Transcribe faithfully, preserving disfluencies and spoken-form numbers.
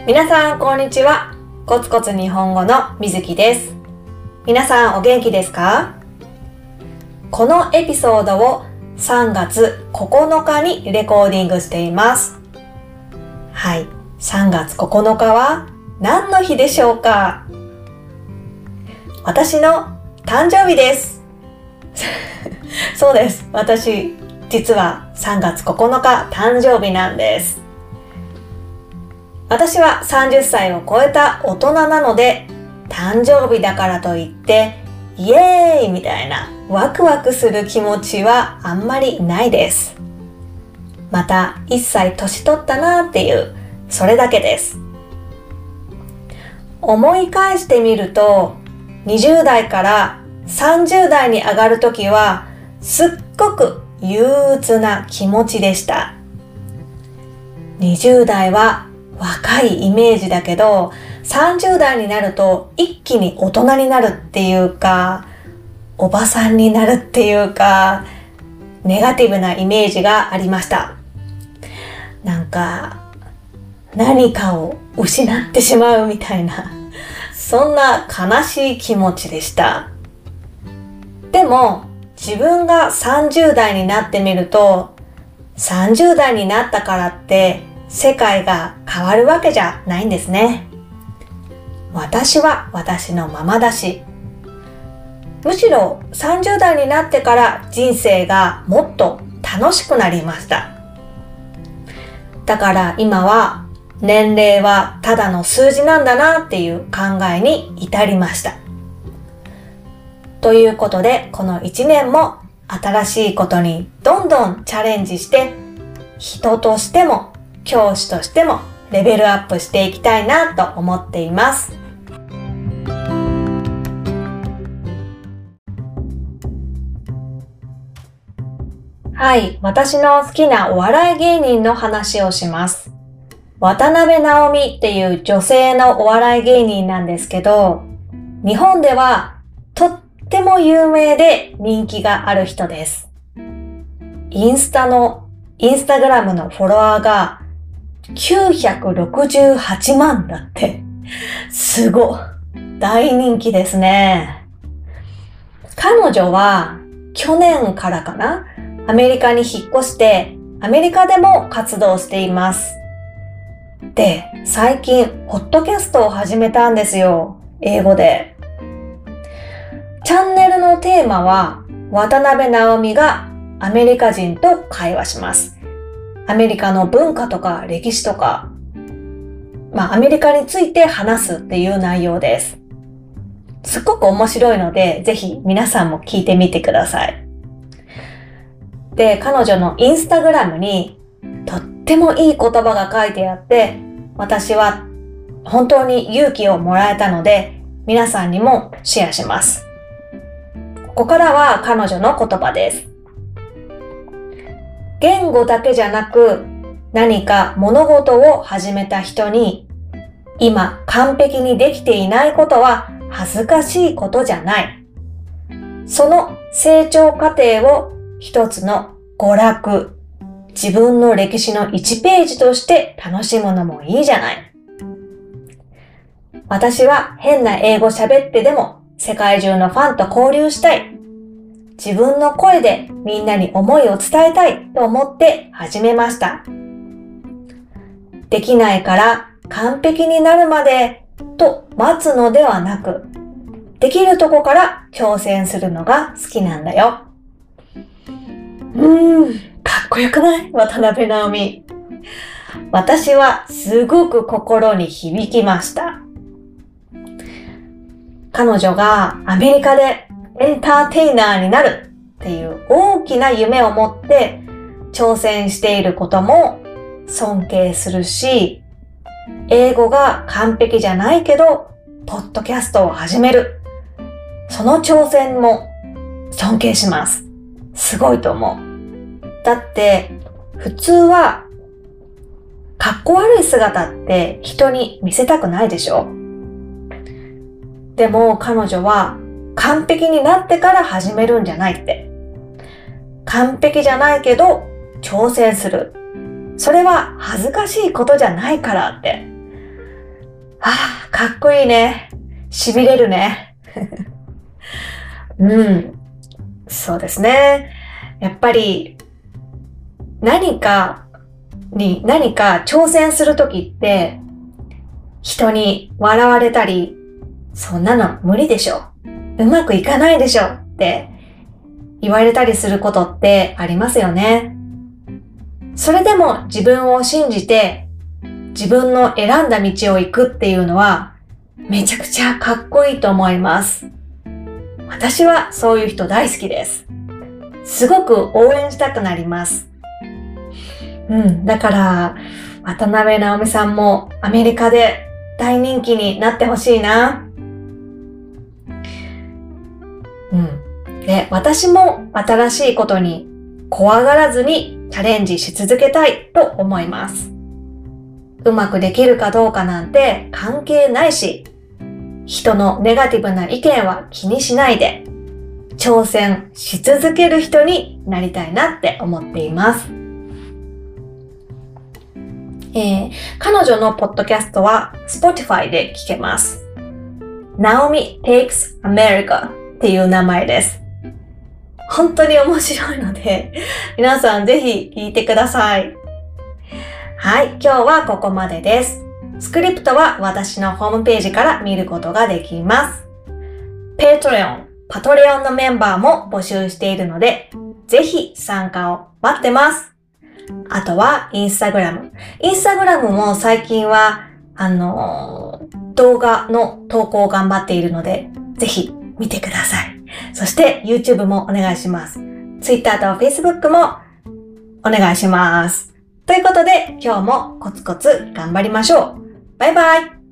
皆さんこんにちは。コツコツ日本語のみずきです。皆さんお元気ですか？このエピソードをさんがつここのかにレコーディングしています。はい、さんがつここのかは何の日でしょうか？私の誕生日です。そうです。私、実はさんがつここのか誕生日なんです。私はさんじゅっさいを超えた大人なので、誕生日だからといってイエーイみたいなワクワクする気持ちはあんまりないです。またいっさい年取ったなっていう、それだけです。思い返してみると、にじゅうだいからさんじゅうだいに上がるときはすっごく憂鬱な気持ちでした。にじゅうだいは若いイメージだけど、さんじゅうだいになると一気に大人になるっていうか、おばさんになるっていうか、ネガティブなイメージがありました。なんか何かを失ってしまうみたいな、そんな悲しい気持ちでした。でも自分がさんじゅうだいになってみると、さんじゅうだいになったからって世界が変わるわけじゃないんですね。私は私のままだし、むしろさんじゅうだいになってから人生がもっと楽しくなりました。だから今は年齢はただの数字なんだなっていう考えに至りました。ということで、このいちねんも新しいことにどんどんチャレンジして、人としても教師としてもレベルアップしていきたいなと思っています。はい、私の好きなお笑い芸人の話をします。渡辺直美っていう女性のお笑い芸人なんですけど、日本ではとっても有名で人気がある人です。インスタの、インスタグラムのフォロワーがきゅうひゃくろくじゅうはちまんだって。すごい。大人気ですね。彼女は去年からかな、アメリカに引っ越して、アメリカでも活動しています。で、最近、ポッドキャストを始めたんですよ。英語で。チャンネルのテーマは、渡辺直美がアメリカ人と会話します。アメリカの文化とか歴史とか、まあアメリカについて話すっていう内容です。すっごく面白いので、ぜひ皆さんも聞いてみてください。で、彼女のインスタグラムにとってもいい言葉が書いてあって、私は本当に勇気をもらえたので、皆さんにもシェアします。ここからは彼女の言葉です。言語だけじゃなく、何か物事を始めた人に、今完璧にできていないことは恥ずかしいことじゃない。その成長過程を一つの娯楽、自分の歴史のいちページとして楽しむのもいいじゃない。私は変な英語喋ってでも世界中のファンと交流したい。自分の声でみんなに思いを伝えたいと思って始めました。できないから完璧になるまでと待つのではなく、できるとこから挑戦するのが好きなんだよ。うーん、かっこよくない？渡辺直美。私はすごく心に響きました。彼女がアメリカでエンターテイナーになるっていう大きな夢を持って挑戦していることも尊敬するし、英語が完璧じゃないけど、ポッドキャストを始める。その挑戦も尊敬します。すごいと思う。だって普通はかっこ悪い姿って人に見せたくないでしょ？でも彼女は完璧になってから始めるんじゃないって。完璧じゃないけど挑戦する。それは恥ずかしいことじゃないからって。 ああ、かっこいいね。痺れるね。うん。そうですね。やっぱり何かに、何か挑戦するときって、人に笑われたり、そんなの無理でしょ。うまくいかないでしょって言われたりすることってありますよね。それでも自分を信じて自分の選んだ道を行くっていうのはめちゃくちゃかっこいいと思います。私はそういう人大好きです。すごく応援したくなります。うん、だから渡辺直美さんもアメリカで大人気になってほしいな。うん。で、私も新しいことに怖がらずにチャレンジし続けたいと思います。うまくできるかどうかなんて関係ないし、人のネガティブな意見は気にしないで、挑戦し続ける人になりたいなって思っています。えー、彼女のポッドキャストは Spotify で聞けます。Naomi Takes America っていう名前です。本当に面白いので、皆さんぜひ聞いてください。はい、今日はここまでです。スクリプトは私のホームページから見ることができます。Patreon、パトレオンのメンバーも募集しているので、ぜひ参加を待ってます。あとはインスタグラム。インスタグラムも最近は、あのー、動画の投稿を頑張っているので、ぜひ見てください。そして YouTube もお願いします。Twitter と Facebook もお願いします。ということで、今日もコツコツ頑張りましょう。バイバイ。